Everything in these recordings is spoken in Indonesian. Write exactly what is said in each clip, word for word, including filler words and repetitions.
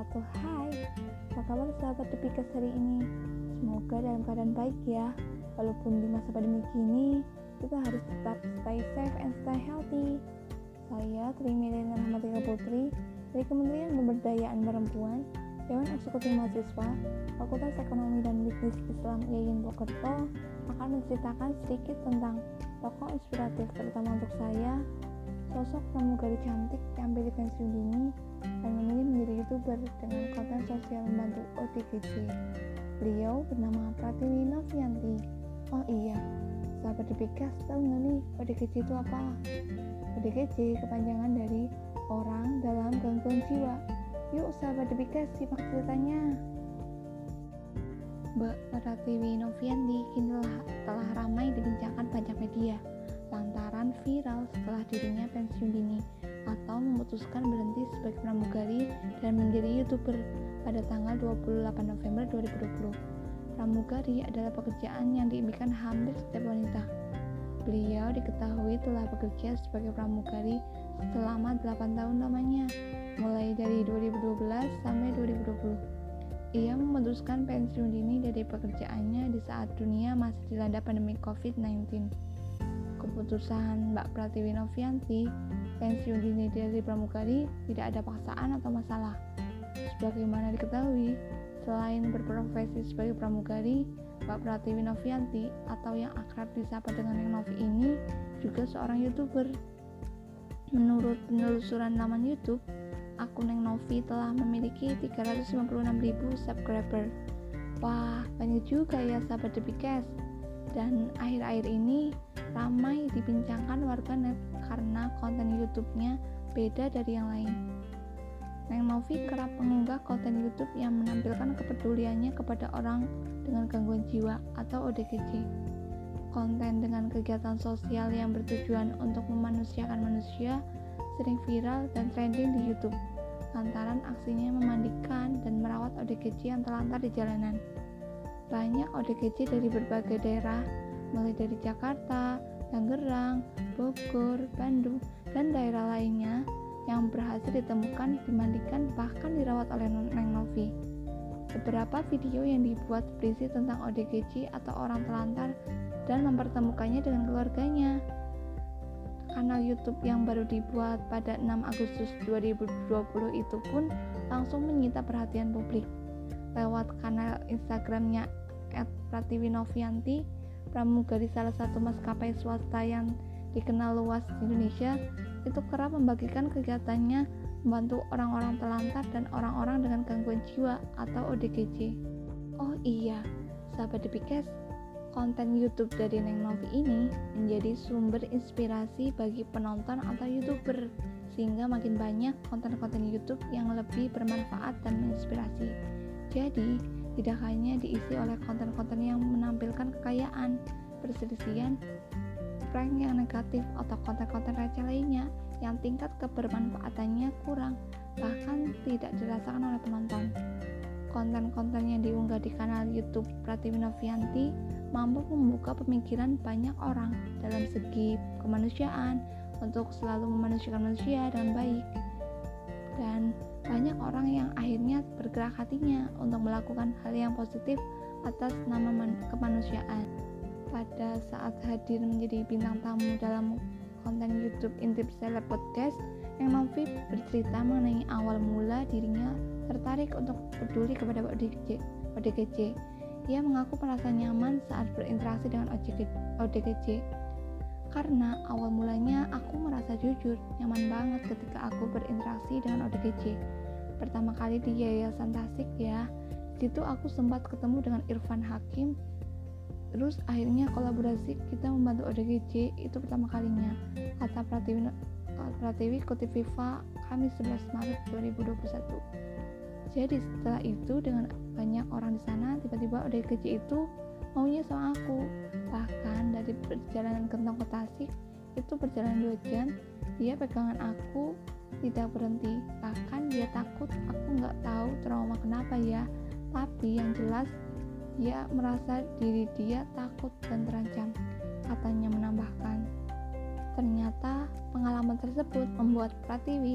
wabarakatuh. Hai, apa kabar sahabat Depikas hari ini? Semoga dalam keadaan baik ya. Walaupun di masa pandemi kini, kita harus tetap stay safe and stay healthy. Saya Tri Milena Rahmatika Putri dari Kementerian Pemberdayaan Perempuan, Dewan Eksekutif Mahasiswa, Fakultas Ekonomi dan Bisnis Islam I A I N Purwokerto akan menceritakan sedikit tentang tokoh inspiratif terutama untuk saya, sosok pramugari cantik yang pilih pensiun dini dan memilih menjadi YouTuber dengan konten sosial membantu O D G J. Beliau bernama Pratiwi Novianti. Oh iya, sahabat Depikas tahu nggak nih O D G J itu apa? O D G J kepanjangan dari orang dalam gangguan jiwa. Yuk sahabat Depikas simak ceritanya. Mbak Pratiwi Novianti kini telah, telah ramai dibincangkan banyak media lantaran viral setelah dirinya pensiun dini atau memutuskan berhenti sebagai pramugari dan menjadi YouTuber pada tanggal dua puluh delapan November dua ribu dua puluh. Pramugari adalah pekerjaan yang diimpikan hampir setiap wanita. Beliau diketahui telah bekerja sebagai pramugari selama delapan tahun lamanya, mulai dari dua ribu dua belas sampai dua ribu dua puluh. Ia memutuskan pensiun dini dari pekerjaannya di saat dunia masih dilanda pandemi covid sembilan belas. Keputusan Mbak Pratiwi Novianti pensiun dini dari pramugari tidak ada paksaan atau masalah. Sebagaimana diketahui, selain berprofesi sebagai pramugari, Mbak Pratiwi Novianti atau yang akrab disapa dengan Neng Novi ini juga seorang YouTuber. Menurut penelusuran laman YouTube, akun Neng Novi telah memiliki tiga ratus lima puluh enam ribu subscriber. Wah, banyak juga ya sahabat Depikas. Dan akhir-akhir ini ramai dibincangkan warganet karena konten YouTube-nya beda dari yang lain. Neng Novi kerap mengunggah konten YouTube yang menampilkan kepeduliannya kepada orang dengan gangguan jiwa atau O D G J. Konten dengan kegiatan sosial yang bertujuan untuk memanusiakan manusia sering viral dan trending di YouTube lantaran aksinya memandikan dan merawat O D G J yang terlantar di jalanan. Banyak O D G J dari berbagai daerah, mulai dari Jakarta, Tangerang, Bogor, Bandung, dan daerah lainnya yang berhasil ditemukan, dimandikan, bahkan dirawat oleh Neng Novi. Beberapa video yang dibuat berisi tentang O D G J atau orang terlantar dan mempertemukannya dengan keluarganya. Kanal YouTube yang baru dibuat pada enam Agustus dua ribu dua puluh itu pun langsung menyita perhatian publik. Lewat kanal Instagramnya et pratiwi novianti, pramugari salah satu maskapai swasta yang dikenal luas di Indonesia, itu kerap membagikan kegiatannya membantu orang-orang terlantar dan orang-orang dengan gangguan jiwa atau O D G J. Oh iya, sahabat Depikas, konten YouTube dari Neng Novi ini menjadi sumber inspirasi bagi penonton atau YouTuber, sehingga makin banyak konten-konten YouTube yang lebih bermanfaat dan menginspirasi. Jadi, tidak hanya diisi oleh konten-konten yang menampilkan kekayaan, perselisihan, prank yang negatif, atau konten-konten receh lainnya yang tingkat kebermanfaatannya kurang, bahkan tidak dirasakan oleh penonton. Konten-konten yang diunggah di kanal YouTube Pratiwi Novianti mampu membuka pemikiran banyak orang dalam segi kemanusiaan untuk selalu memanusiakan manusia dengan baik. Dan banyak orang yang akhirnya bergerak hatinya untuk melakukan hal yang positif atas nama man- kemanusiaan. Pada saat hadir menjadi bintang tamu dalam konten YouTube Intip Seleb Podcast, Neng Novi bercerita mengenai awal mula dirinya tertarik untuk peduli kepada O D G J. Ia mengaku merasa nyaman saat berinteraksi dengan O D G J. Karena awal mulanya aku merasa jujur, nyaman banget ketika aku berinteraksi dengan O D G J. Pertama kali di Yayasan Tasik ya, situ aku sempat ketemu dengan Irfan Hakim. Terus akhirnya kolaborasi kita membantu O D G J itu pertama kalinya, kata Pratiwi, Pratiwi kutip Viva Kamis sebelas Maret dua ribu dua puluh satu. Jadi setelah itu dengan banyak orang di sana, tiba-tiba O D G J itu maunya sama aku. Bahkan dari perjalanan Gentong ke Tasik itu perjalanan dua jam, dia pegangan aku tidak berhenti. Bahkan dia takut, aku nggak tahu trauma kenapa ya, tapi yang jelas dia merasa diri dia takut dan terancam, katanya menambahkan. Ternyata pengalaman tersebut membuat Pratiwi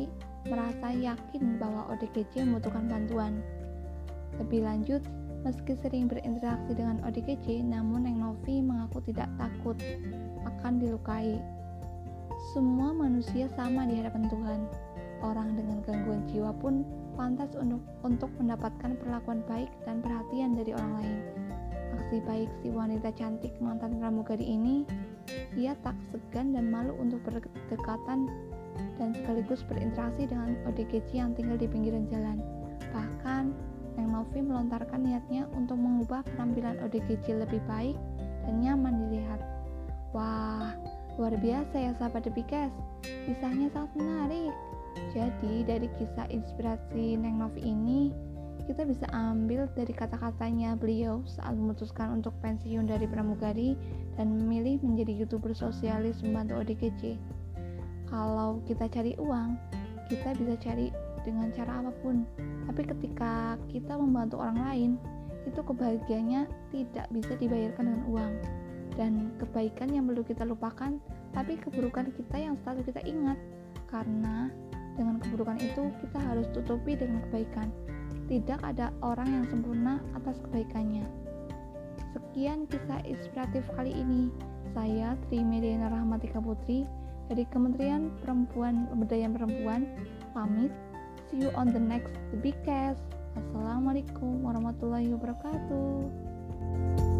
merasa yakin bahwa O D G J membutuhkan bantuan. Lebih lanjut, meski sering berinteraksi dengan O D G J, namun Neng Novi mengaku tidak takut akan dilukai. Semua manusia sama di hadapan Tuhan. Orang dengan gangguan jiwa pun pantas untuk, untuk mendapatkan perlakuan baik dan perhatian dari orang lain. Aksi baik si wanita cantik mantan pramugari ini, ia tak segan dan malu untuk berdekatan dan sekaligus berinteraksi dengan O D G J yang tinggal di pinggiran jalan. Bahkan, Neng Novi melontarkan niatnya untuk mengubah penampilan O D G J lebih baik dan nyaman dilihat. Wah, luar biasa ya sahabat The Bikes, kisahnya sangat menarik. Jadi dari kisah inspirasi Neng Novi ini, kita bisa ambil dari kata-katanya beliau saat memutuskan untuk pensiun dari pramugari dan memilih menjadi YouTuber sosialis membantu O D G J. Kalau kita cari uang, kita bisa cari dengan cara apapun, tapi ketika kita membantu orang lain, itu kebahagiaannya tidak bisa dibayarkan dengan uang. Dan kebaikan yang perlu kita lupakan, tapi keburukan kita yang selalu kita ingat, karena dengan keburukan itu kita harus tutupi dengan kebaikan. Tidak ada orang yang sempurna atas kebaikannya. Sekian kisah inspiratif kali ini. Saya Tri Mediana Rahmatika Putri dari Kementerian Perempuan Pemberdayaan Perempuan pamit. See you on the next The Bikes. Wassalamualaikum warahmatullahi wabarakatuh.